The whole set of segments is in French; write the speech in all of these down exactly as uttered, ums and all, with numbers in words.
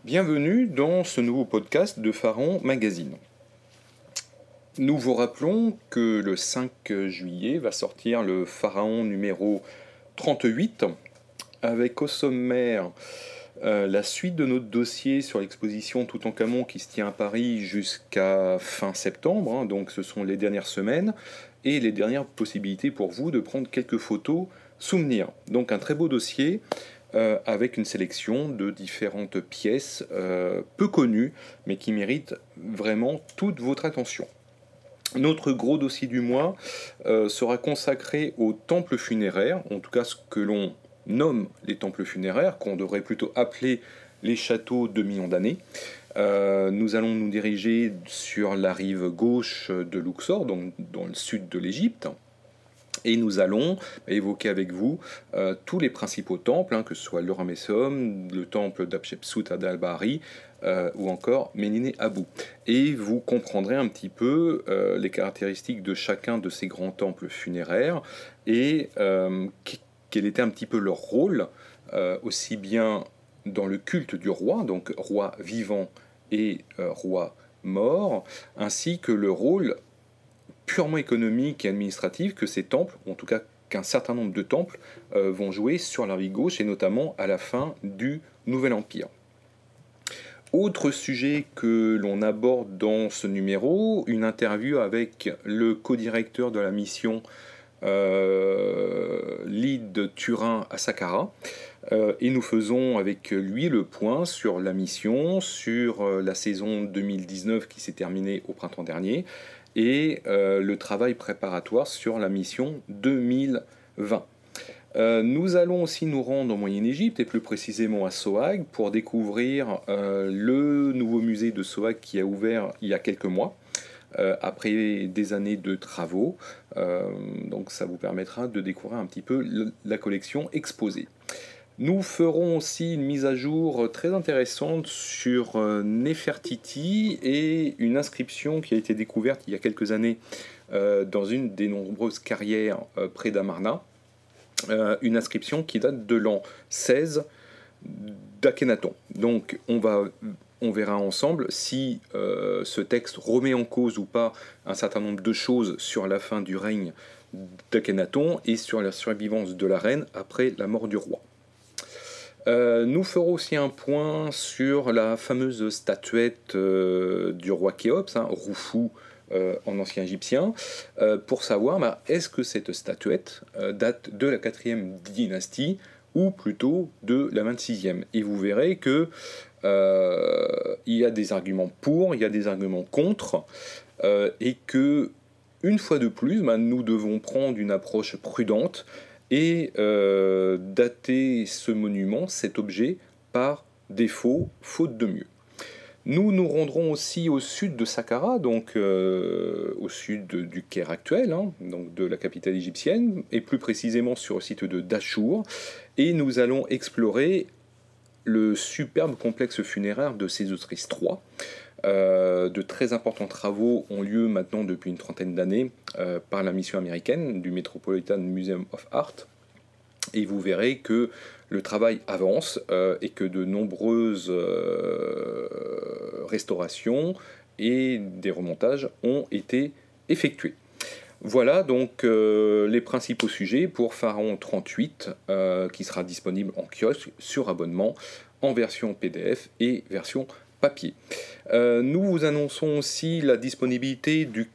Bienvenue dans ce nouveau podcast de Pharaon Magazine. Nous vous rappelons que le cinq juillet va sortir le Pharaon numéro trente-huit, avec au sommaire euh, la suite de notre dossier sur l'exposition Toutankhamon qui se tient à Paris jusqu'à fin septembre, hein, donc ce sont les dernières semaines, et les dernières possibilités pour vous de prendre quelques photos souvenirs. Donc un très beau dossier, Euh, avec une sélection de différentes pièces euh, peu connues, mais qui méritent vraiment toute votre attention. Notre gros dossier du mois euh, sera consacré aux temples funéraires, en tout cas ce que l'on nomme les temples funéraires, qu'on devrait plutôt appeler les châteaux de millions d'années. Euh, nous allons nous diriger sur la rive gauche de Luxor, donc dans le sud de l'Égypte. Et nous allons évoquer avec vous euh, tous les principaux temples, hein, que ce soit le Ramessom, le temple d'Hatchepsout à Dal-Bahri, euh, ou encore Méniné Abou. Et vous comprendrez un petit peu euh, les caractéristiques de chacun de ces grands temples funéraires et euh, quel était un petit peu leur rôle, euh, aussi bien dans le culte du roi, donc roi vivant et euh, roi mort, ainsi que le rôle purement économique et administrative que ces temples, ou en tout cas qu'un certain nombre de temples, euh, vont jouer sur la rive gauche, et notamment à la fin du Nouvel Empire. Autre sujet que l'on aborde dans ce numéro, une interview avec le co-directeur de la mission euh, Lead de Turin à Saqqara, euh, et nous faisons avec lui le point sur la mission, sur euh, la saison deux mille dix-neuf qui s'est terminée au printemps dernier, et euh, le travail préparatoire sur la mission deux mille vingt. Euh, nous allons aussi nous rendre en Moyenne-Égypte, et plus précisément à Sohag, pour découvrir euh, le nouveau musée de Sohag qui a ouvert il y a quelques mois, euh, après des années de travaux. Euh, donc ça vous permettra de découvrir un petit peu le, la collection exposée. Nous ferons aussi une mise à jour très intéressante sur euh, Néfertiti et une inscription qui a été découverte il y a quelques années euh, dans une des nombreuses carrières euh, près d'Amarna. Euh, une inscription qui date de l'an seize d'Akhenaton. Donc on, va, on verra ensemble si euh, ce texte remet en cause ou pas un certain nombre de choses sur la fin du règne d'Akhenaton et sur la survivance de la reine après la mort du roi. Euh, nous ferons aussi un point sur la fameuse statuette euh, du roi Khéops, hein, Roufou euh, en ancien égyptien, euh, pour savoir bah, est-ce que cette statuette euh, date de la quatrième dynastie ou plutôt de la vingt-sixième. Et vous verrez que euh, il y a des arguments pour, il y a des arguments contre, euh, et que une fois de plus, bah, nous devons prendre une approche prudente et euh, dater ce monument, cet objet, par défaut, faute de mieux. Nous nous rendrons aussi au sud de Saqqara, donc euh, au sud de, du Caire actuel, hein, donc de la capitale égyptienne, et plus précisément sur le site de Dachour, et nous allons explorer le superbe complexe funéraire de Sésostris trois. Euh, de très importants travaux ont lieu maintenant depuis une trentaine d'années euh, par la mission américaine du Metropolitan Museum of Art, et vous verrez que le travail avance euh, et que de nombreuses euh, restaurations et des remontages ont été effectués. Voilà donc euh, les principaux sujets pour Pharaon trente-huit, euh, qui sera disponible en kiosque sur abonnement, en version P D F et version papier. Euh, nous vous annonçons aussi la disponibilité du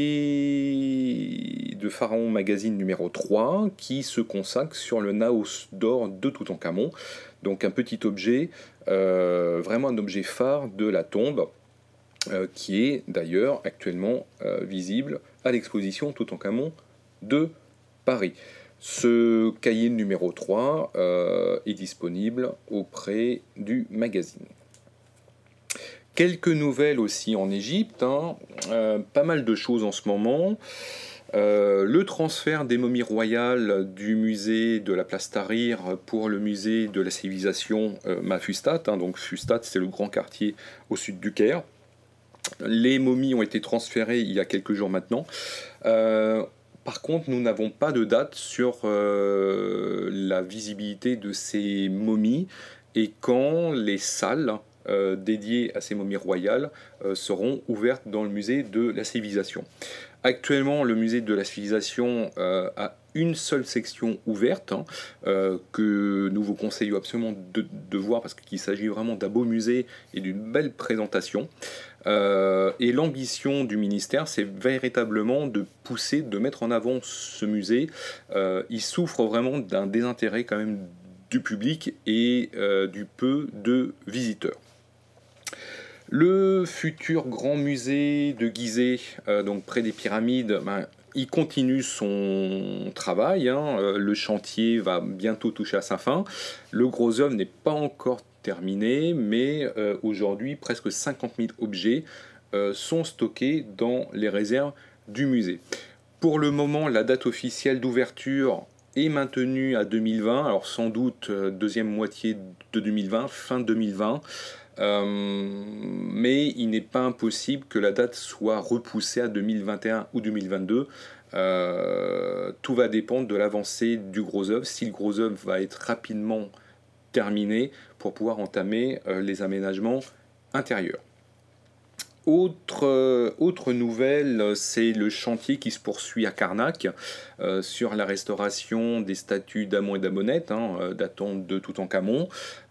cahier de Pharaon Magazine numéro trois qui se consacre sur le Naos d'or de Toutankhamon, donc un petit objet, euh, vraiment un objet phare de la tombe, euh, qui est d'ailleurs actuellement euh, visible à l'exposition Toutankhamon de Paris. Ce cahier numéro trois euh, est disponible auprès du magazine. Quelques nouvelles aussi en Égypte, hein. euh, pas mal de choses en ce moment. Euh, le transfert des momies royales du musée de la place Tahrir pour le musée de la civilisation euh, Mafustat, hein, donc Fustat c'est le grand quartier au sud du Caire. Les momies ont été transférées il y a quelques jours maintenant. Euh, par contre, nous n'avons pas de date sur euh, la visibilité de ces momies et quand les salles euh, dédiées à ces momies royales euh, seront ouvertes dans le musée de la civilisation. Actuellement, le musée de la civilisation euh, a une seule section ouverte hein, euh, que nous vous conseillons absolument de, de voir parce qu'il s'agit vraiment d'un beau musée et d'une belle présentation. Euh, et l'ambition du ministère, c'est véritablement de pousser, de mettre en avant ce musée. Euh, il souffre vraiment d'un désintérêt quand même du public et euh, du peu de visiteurs. Le futur grand musée de Gizeh, euh, donc près des pyramides, ben, il continue son travail. Hein. Euh, le chantier va bientôt toucher à sa fin. Le gros œuvre n'est pas encore terminé, mais euh, aujourd'hui, presque cinquante mille objets euh, sont stockés dans les réserves du musée. Pour le moment, la date officielle d'ouverture est maintenue à deux mille vingt, alors sans doute euh, deuxième moitié de deux mille vingt, fin deux mille vingt. Euh, mais il n'est pas impossible que la date soit repoussée à deux mille vingt et un ou deux mille vingt-deux. Euh, tout va dépendre de l'avancée du gros œuvre. Si le gros œuvre va être rapidement terminé pour pouvoir entamer euh, les aménagements intérieurs. Autre, euh, autre nouvelle, c'est le chantier qui se poursuit à Karnak euh, sur la restauration des statues d'Amon et d'Amonette, hein, euh, datant de Toutankhamon.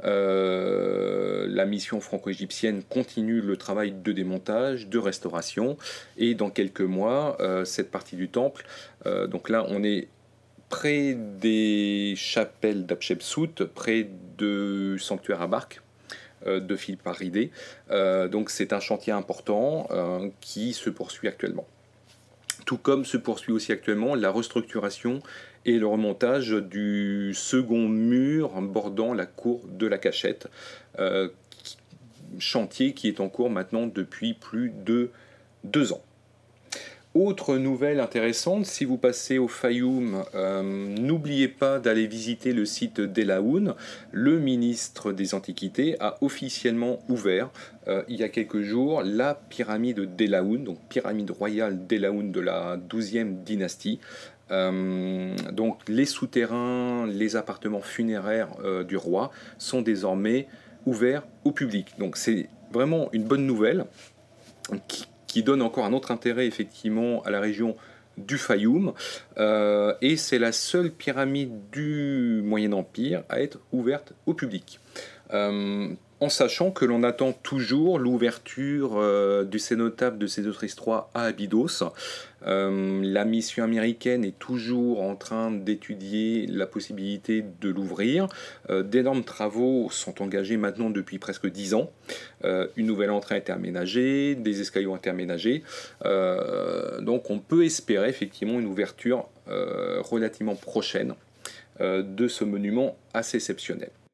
Euh, la mission franco-égyptienne continue le travail de démontage, de restauration, et dans quelques mois, euh, cette partie du temple, euh, donc là on est près des chapelles d'Hatchepsout, près du sanctuaire à Bark, de Philippe Paridé. Euh, donc c'est un chantier important euh, qui se poursuit actuellement. Tout comme se poursuit aussi actuellement la restructuration et le remontage du second mur bordant la cour de la Cachette, euh, chantier qui est en cours maintenant depuis plus de deux ans. Autre nouvelle intéressante, si vous passez au Fayoum, euh, n'oubliez pas d'aller visiter le site d'Elaoun. Le ministre des Antiquités a officiellement ouvert, euh, il y a quelques jours, la pyramide d'Elaoun, donc pyramide royale d'Elaoun de la douzième dynastie. Euh, donc les souterrains, les appartements funéraires euh, du roi sont désormais ouverts au public. Donc c'est vraiment une bonne nouvelle qui qui donne encore un autre intérêt effectivement à la région du Fayoum, euh, et c'est la seule pyramide du Moyen Empire à être ouverte au public. Euh, en sachant que l'on attend toujours l'ouverture euh, du cénotaphe de Sénotrice trois à Abydos. Euh, la mission américaine est toujours en train d'étudier la possibilité de l'ouvrir. Euh, d'énormes travaux sont engagés maintenant depuis presque dix ans. Euh, une nouvelle entrée a été aménagée, des escaliers ont été aménagés. Euh, donc on peut espérer effectivement une ouverture euh, relativement prochaine euh, de ce monument assez exceptionnel.